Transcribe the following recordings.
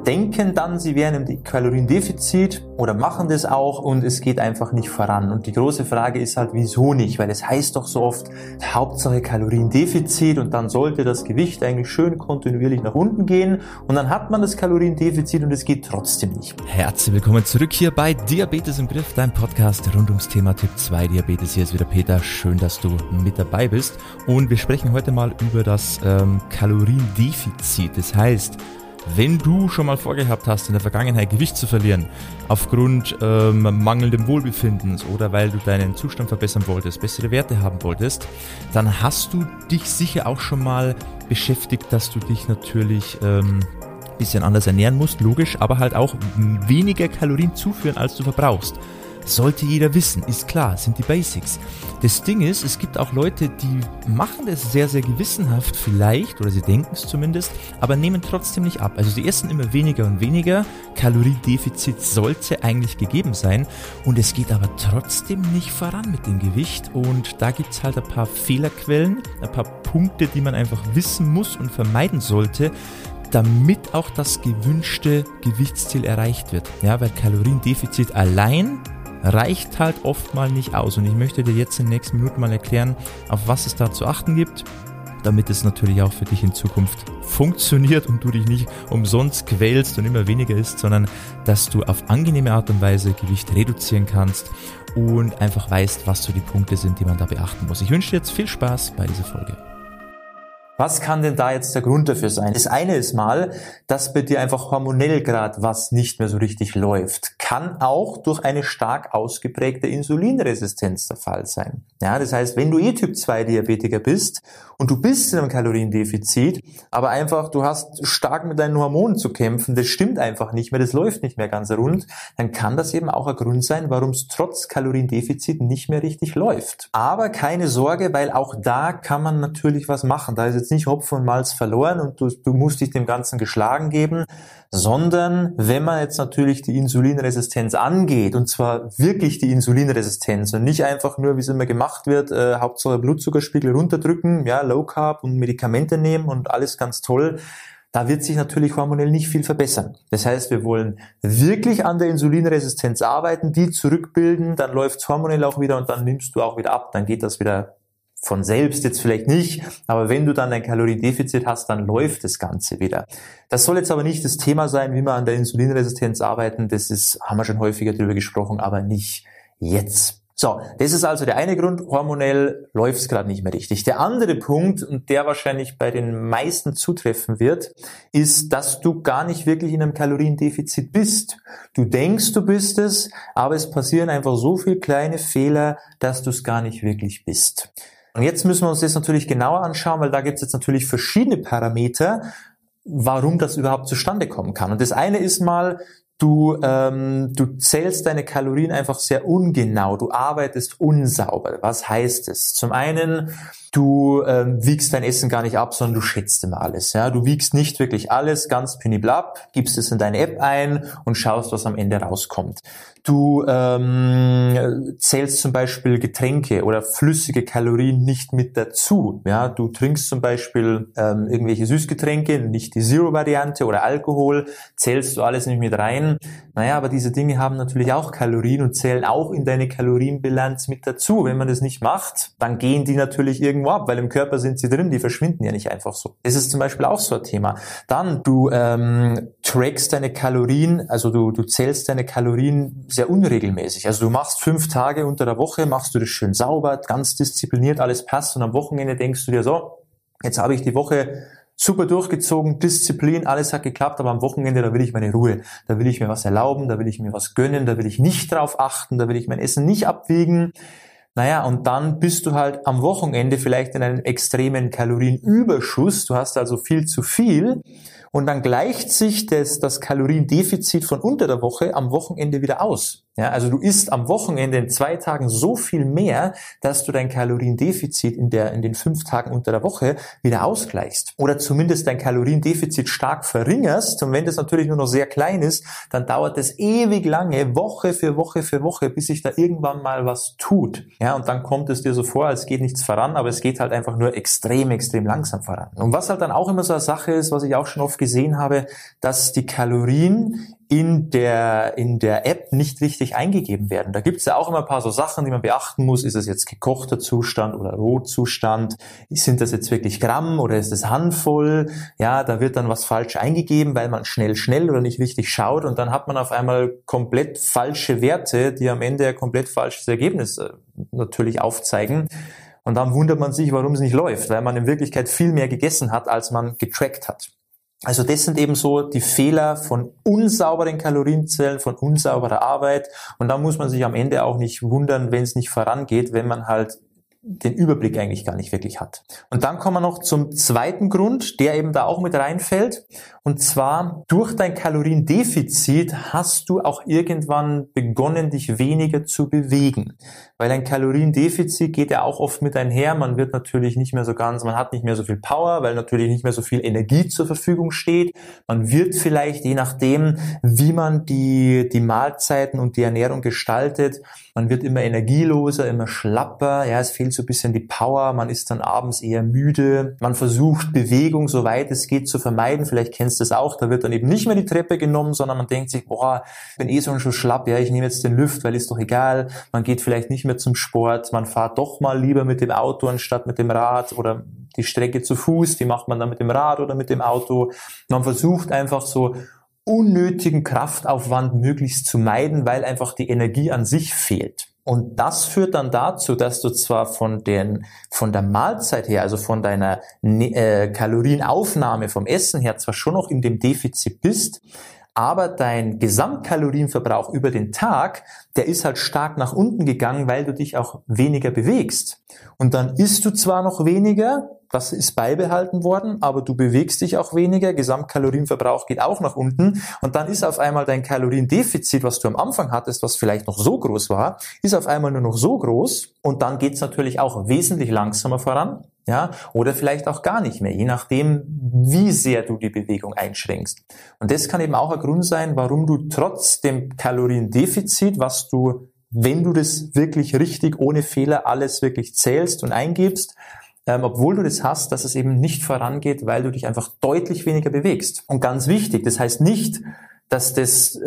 denken dann, sie wären im Kaloriendefizit oder machen das auch und es geht einfach nicht voran. Und die große Frage ist halt, wieso nicht? Weil es heißt doch so oft, Hauptsache Kaloriendefizit und dann sollte das Gewicht eigentlich schön kontinuierlich nach unten gehen und dann hat man das Kaloriendefizit und es geht trotzdem nicht. Herzlich willkommen zurück hier bei Diabetes im Griff, dein Podcast rund ums Thema Typ 2 Diabetes. Hier ist wieder Peter, schön, dass du mit dabei bist und wir sprechen heute mal über das Kaloriendefizit. Das heißt, wenn du schon mal vorgehabt hast, in der Vergangenheit Gewicht zu verlieren, aufgrund mangelndem Wohlbefindens oder weil du deinen Zustand verbessern wolltest, bessere Werte haben wolltest, dann hast du dich sicher auch schon mal beschäftigt, dass du dich natürlich bisschen anders ernähren musst, logisch, aber halt auch weniger Kalorien zuführen, als du verbrauchst. Sollte jeder wissen, ist klar, sind die Basics. Das Ding ist, es gibt auch Leute, die machen das sehr, sehr gewissenhaft vielleicht, oder sie denken es zumindest, aber nehmen trotzdem nicht ab. Also sie essen immer weniger und weniger, Kaloriendefizit sollte eigentlich gegeben sein und es geht aber trotzdem nicht voran mit dem Gewicht und da gibt's halt ein paar Fehlerquellen, ein paar Punkte, die man einfach wissen muss und vermeiden sollte, damit auch das gewünschte Gewichtsziel erreicht wird. Ja, weil Kaloriendefizit allein reicht halt oft mal nicht aus. Und ich möchte dir jetzt in den nächsten Minuten mal erklären, auf was es da zu achten gibt, damit es natürlich auch für dich in Zukunft funktioniert und du dich nicht umsonst quälst und immer weniger isst, sondern dass du auf angenehme Art und Weise Gewicht reduzieren kannst und einfach weißt, was so die Punkte sind, die man da beachten muss. Ich wünsche dir jetzt viel Spaß bei dieser Folge. Was kann denn da jetzt der Grund dafür sein? Das eine ist mal, dass bei dir einfach hormonell gerade was nicht mehr so richtig läuft. Kann auch durch eine stark ausgeprägte Insulinresistenz der Fall sein. Ja, das heißt, wenn du Typ 2 Diabetiker bist und du bist in einem Kaloriendefizit, aber einfach du hast stark mit deinen Hormonen zu kämpfen, das stimmt einfach nicht mehr, das läuft nicht mehr ganz rund, dann kann das eben auch ein Grund sein, warum es trotz Kaloriendefizit nicht mehr richtig läuft. Aber keine Sorge, weil auch da kann man natürlich was machen. Da ist jetzt nicht Hopfen und Malz verloren und du musst dich dem Ganzen geschlagen geben, sondern wenn man jetzt natürlich die Insulinresistenz angeht, und zwar wirklich die Insulinresistenz und nicht einfach nur, wie es immer gemacht wird, Hauptsache Blutzuckerspiegel runterdrücken, ja, Low Carb und Medikamente nehmen und alles ganz toll, da wird sich natürlich hormonell nicht viel verbessern. Das heißt, wir wollen wirklich an der Insulinresistenz arbeiten, die zurückbilden, dann läuft's hormonell auch wieder und dann nimmst du auch wieder ab, dann geht das wieder von selbst jetzt vielleicht nicht, aber wenn du dann ein Kaloriendefizit hast, dann läuft das Ganze wieder. Das soll jetzt aber nicht das Thema sein, wie wir an der Insulinresistenz arbeiten, haben wir schon häufiger drüber gesprochen, aber nicht jetzt. So, das ist also der eine Grund, hormonell läuft es gerade nicht mehr richtig. Der andere Punkt, und der wahrscheinlich bei den meisten zutreffen wird, ist, dass du gar nicht wirklich in einem Kaloriendefizit bist. Du denkst, du bist es, aber es passieren einfach so viele kleine Fehler, dass du es gar nicht wirklich bist. Und jetzt müssen wir uns das natürlich genauer anschauen, weil da gibt es jetzt natürlich verschiedene Parameter, warum das überhaupt zustande kommen kann. Und das eine ist mal, du zählst deine Kalorien einfach sehr ungenau, du arbeitest unsauber. Was heißt es? Zum einen, du wiegst dein Essen gar nicht ab, sondern du schätzt immer alles. Ja? Du wiegst nicht wirklich alles ganz penibel ab, gibst es in deine App ein und schaust, was am Ende rauskommt. Du zählst zum Beispiel Getränke oder flüssige Kalorien nicht mit dazu. Ja? Du trinkst zum Beispiel irgendwelche Süßgetränke, nicht die Zero-Variante oder Alkohol, zählst du alles nicht mit rein. Naja, aber diese Dinge haben natürlich auch Kalorien und zählen auch in deine Kalorienbilanz mit dazu. Wenn man das nicht macht, dann gehen die natürlich irgendwo ab, weil im Körper sind sie drin, die verschwinden ja nicht einfach so. Das ist zum Beispiel auch so ein Thema. Dann, du trackst deine Kalorien, also du zählst deine Kalorien sehr unregelmäßig. Also du machst 5 Tage unter der Woche, machst du das schön sauber, ganz diszipliniert, alles passt und am Wochenende denkst du dir so, jetzt habe ich die Woche super durchgezogen, Disziplin, alles hat geklappt, aber am Wochenende, da will ich meine Ruhe. Da will ich mir was erlauben, da will ich mir was gönnen, da will ich nicht drauf achten, da will ich mein Essen nicht abwiegen. Naja, und dann bist du halt am Wochenende vielleicht in einem extremen Kalorienüberschuss. Du hast also viel zu viel. Und dann gleicht sich das Kaloriendefizit von unter der Woche am Wochenende wieder aus. Ja, also du isst am Wochenende in 2 Tagen so viel mehr, dass du dein Kaloriendefizit in den 5 Tagen unter der Woche wieder ausgleichst. Oder zumindest dein Kaloriendefizit stark verringerst. Und wenn das natürlich nur noch sehr klein ist, dann dauert es ewig lange, Woche für Woche für Woche, bis sich da irgendwann mal was tut. Ja, und dann kommt es dir so vor, als geht nichts voran, aber es geht halt einfach nur extrem, extrem langsam voran. Und was halt dann auch immer so eine Sache ist, was ich auch schon oft gesehen habe, dass die Kalorien in der App nicht richtig eingegeben werden. Da gibt's ja auch immer ein paar so Sachen, die man beachten muss. Ist es jetzt gekochter Zustand oder Rohzustand? Sind das jetzt wirklich Gramm oder ist es Handvoll? Ja, da wird dann was falsch eingegeben, weil man schnell oder nicht richtig schaut und dann hat man auf einmal komplett falsche Werte, die am Ende ein komplett falsches Ergebnis natürlich aufzeigen. Und dann wundert man sich, warum es nicht läuft, weil man in Wirklichkeit viel mehr gegessen hat, als man getrackt hat. Also das sind eben so die Fehler von unsauberen Kalorienzellen, von unsauberer Arbeit. Und da muss man sich am Ende auch nicht wundern, wenn es nicht vorangeht, wenn man halt den Überblick eigentlich gar nicht wirklich hat. Und dann kommen wir noch zum zweiten Grund, der eben da auch mit reinfällt. Und zwar, durch dein Kaloriendefizit hast du auch irgendwann begonnen, dich weniger zu bewegen. Weil ein Kaloriendefizit geht ja auch oft mit einher. Man wird natürlich nicht mehr so ganz, man hat nicht mehr so viel Power, weil natürlich nicht mehr so viel Energie zur Verfügung steht. Man wird vielleicht, je nachdem, wie man die Mahlzeiten und die Ernährung gestaltet, man wird immer energieloser, immer schlapper. Ja, es fehlt so ein bisschen die Power. Man ist dann abends eher müde. Man versucht, Bewegung, soweit es geht, zu vermeiden. Vielleicht kennst du das auch. Da wird dann eben nicht mehr die Treppe genommen, sondern man denkt sich, boah, ich bin eh schon schlapp. Ja, ich nehme jetzt den Lift, weil ist doch egal. Man geht vielleicht nicht mehr zum Sport. Man fährt doch mal lieber mit dem Auto anstatt mit dem Rad oder die Strecke zu Fuß. Die macht man dann mit dem Rad oder mit dem Auto. Man versucht einfach so unnötigen Kraftaufwand möglichst zu meiden, weil einfach die Energie an sich fehlt. Und das führt dann dazu, dass du zwar von der Mahlzeit her, also von deiner Kalorienaufnahme vom Essen her zwar schon noch in dem Defizit bist, aber dein Gesamtkalorienverbrauch über den Tag, der ist halt stark nach unten gegangen, weil du dich auch weniger bewegst. Und dann isst du zwar noch weniger, das ist beibehalten worden, aber du bewegst dich auch weniger, Gesamtkalorienverbrauch geht auch nach unten und dann ist auf einmal dein Kaloriendefizit, was du am Anfang hattest, was vielleicht noch so groß war, ist auf einmal nur noch so groß und dann geht's natürlich auch wesentlich langsamer voran. Ja, oder vielleicht auch gar nicht mehr, je nachdem, wie sehr du die Bewegung einschränkst. Und das kann eben auch ein Grund sein, warum du trotz dem Kaloriendefizit, was du, wenn du das wirklich richtig ohne Fehler alles wirklich zählst und eingibst, obwohl du das hast, dass es eben nicht vorangeht, weil du dich einfach deutlich weniger bewegst. Und ganz wichtig, das heißt nicht, dass das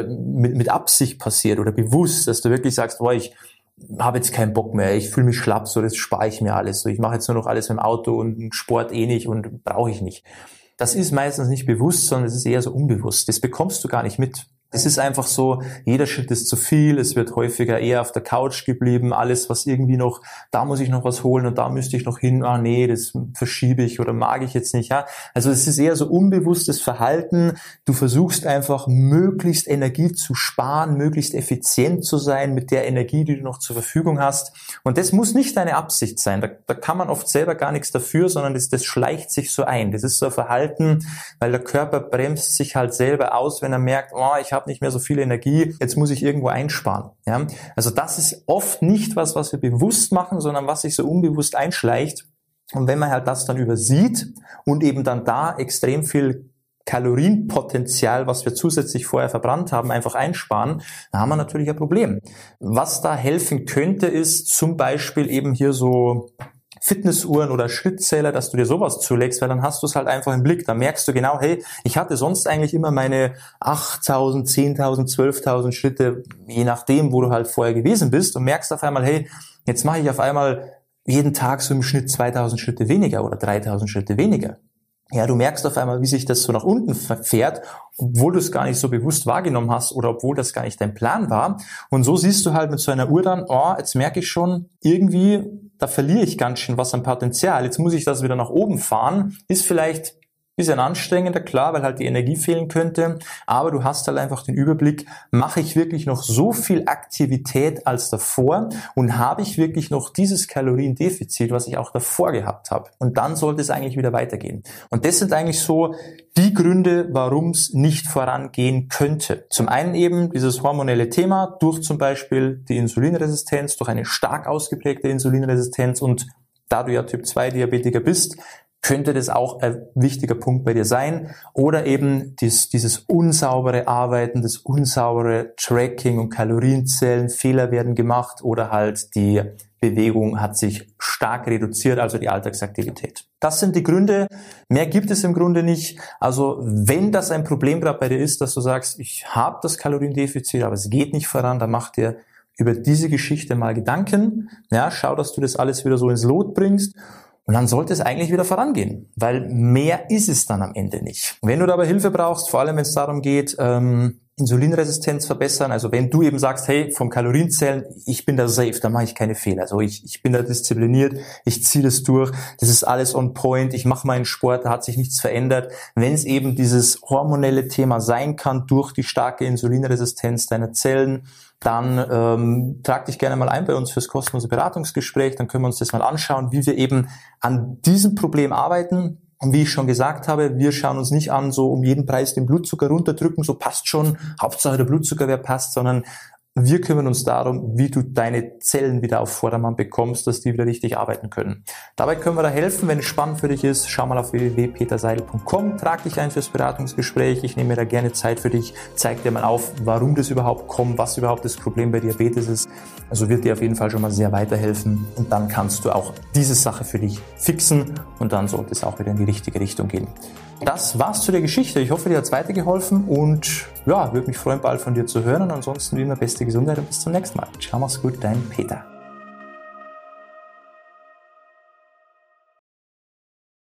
mit Absicht passiert oder bewusst, dass du wirklich sagst, boah, ich habe jetzt keinen Bock mehr, ich fühle mich schlapp, so das spare ich mir alles, so ich mache jetzt nur noch alles mit dem Auto und Sport eh nicht und brauche ich nicht. Das ist meistens nicht bewusst, sondern es ist eher so unbewusst. Das bekommst du gar nicht mit. Es ist einfach so, jeder Schritt ist zu viel, es wird häufiger eher auf der Couch geblieben, alles was irgendwie noch, da muss ich noch was holen und da müsste ich noch hin, ah nee, das verschiebe ich oder mag ich jetzt nicht. Ja? Also es ist eher so unbewusstes Verhalten, du versuchst einfach möglichst Energie zu sparen, möglichst effizient zu sein mit der Energie, die du noch zur Verfügung hast und das muss nicht deine Absicht sein, da kann man oft selber gar nichts dafür, sondern das schleicht sich so ein, das ist so ein Verhalten, weil der Körper bremst sich halt selber aus, wenn er merkt, oh, ich habe nicht mehr so viel Energie, jetzt muss ich irgendwo einsparen. Ja? Also das ist oft nicht was wir bewusst machen, sondern was sich so unbewusst einschleicht. Und wenn man halt das dann übersieht und eben dann da extrem viel Kalorienpotenzial, was wir zusätzlich vorher verbrannt haben, einfach einsparen, dann haben wir natürlich ein Problem. Was da helfen könnte, ist zum Beispiel eben hier so Fitnessuhren oder Schrittzähler, dass du dir sowas zulegst, weil dann hast du es halt einfach im Blick. Dann merkst du genau, hey, ich hatte sonst eigentlich immer meine 8.000, 10.000, 12.000 Schritte, je nachdem, wo du halt vorher gewesen bist und merkst auf einmal, hey, jetzt mache ich auf einmal jeden Tag so im Schnitt 2.000 Schritte weniger oder 3.000 Schritte weniger. Ja, du merkst auf einmal, wie sich das so nach unten fährt, obwohl du es gar nicht so bewusst wahrgenommen hast oder obwohl das gar nicht dein Plan war. Und so siehst du halt mit so einer Uhr dann, oh, jetzt merke ich schon, irgendwie, da verliere ich ganz schön was an Potenzial. Jetzt muss ich das wieder nach oben fahren. Ist vielleicht Bisschen anstrengender, klar, weil halt die Energie fehlen könnte, aber du hast halt einfach den Überblick, mache ich wirklich noch so viel Aktivität als davor und habe ich wirklich noch dieses Kaloriendefizit, was ich auch davor gehabt habe. Und dann sollte es eigentlich wieder weitergehen. Und das sind eigentlich so die Gründe, warum es nicht vorangehen könnte. Zum einen eben dieses hormonelle Thema durch zum Beispiel die Insulinresistenz, durch eine stark ausgeprägte Insulinresistenz, und da du ja Typ-2-Diabetiker bist, könnte das auch ein wichtiger Punkt bei dir sein. Oder eben dieses unsaubere Arbeiten, das unsaubere Tracking und Kalorienzählen, Fehler werden gemacht oder halt die Bewegung hat sich stark reduziert, also die Alltagsaktivität. Das sind die Gründe. Mehr gibt es im Grunde nicht. Also wenn das ein Problem gerade bei dir ist, dass du sagst, ich habe das Kaloriendefizit, aber es geht nicht voran, dann mach dir über diese Geschichte mal Gedanken. Ja, schau, dass du das alles wieder so ins Lot bringst. Und dann sollte es eigentlich wieder vorangehen, weil mehr ist es dann am Ende nicht. Wenn du dabei Hilfe brauchst, vor allem wenn es darum geht, Insulinresistenz verbessern, also wenn du eben sagst, hey, vom Kalorienzählen, ich bin da safe, da mache ich keine Fehler. Also ich bin da diszipliniert, ich ziehe das durch, das ist alles on point, ich mache meinen Sport, da hat sich nichts verändert. Wenn es eben dieses hormonelle Thema sein kann durch die starke Insulinresistenz deiner Zellen, dann trag dich gerne mal ein bei uns fürs kostenlose Beratungsgespräch, dann können wir uns das mal anschauen, wie wir eben an diesem Problem arbeiten. Und wie ich schon gesagt habe, wir schauen uns nicht an, so um jeden Preis den Blutzucker runterdrücken, so passt schon, Hauptsache der Blutzuckerwert passt, sondern wir kümmern uns darum, wie du deine Zellen wieder auf Vordermann bekommst, dass die wieder richtig arbeiten können. Dabei können wir da helfen. Wenn es spannend für dich ist, schau mal auf www.peterseidel.com, trag dich ein fürs Beratungsgespräch. Ich nehme mir da gerne Zeit für dich, zeig dir mal auf, warum das überhaupt kommt, was überhaupt das Problem bei Diabetes ist. Also wird dir auf jeden Fall schon mal sehr weiterhelfen und dann kannst du auch diese Sache für dich fixen und dann sollte es auch wieder in die richtige Richtung gehen. Das war's zu der Geschichte. Ich hoffe, dir hat's weitergeholfen und ja, würde mich freuen, bald von dir zu hören und ansonsten wie immer beste Gesundheit und bis zum nächsten Mal. Ciao, mach's gut, dein Peter.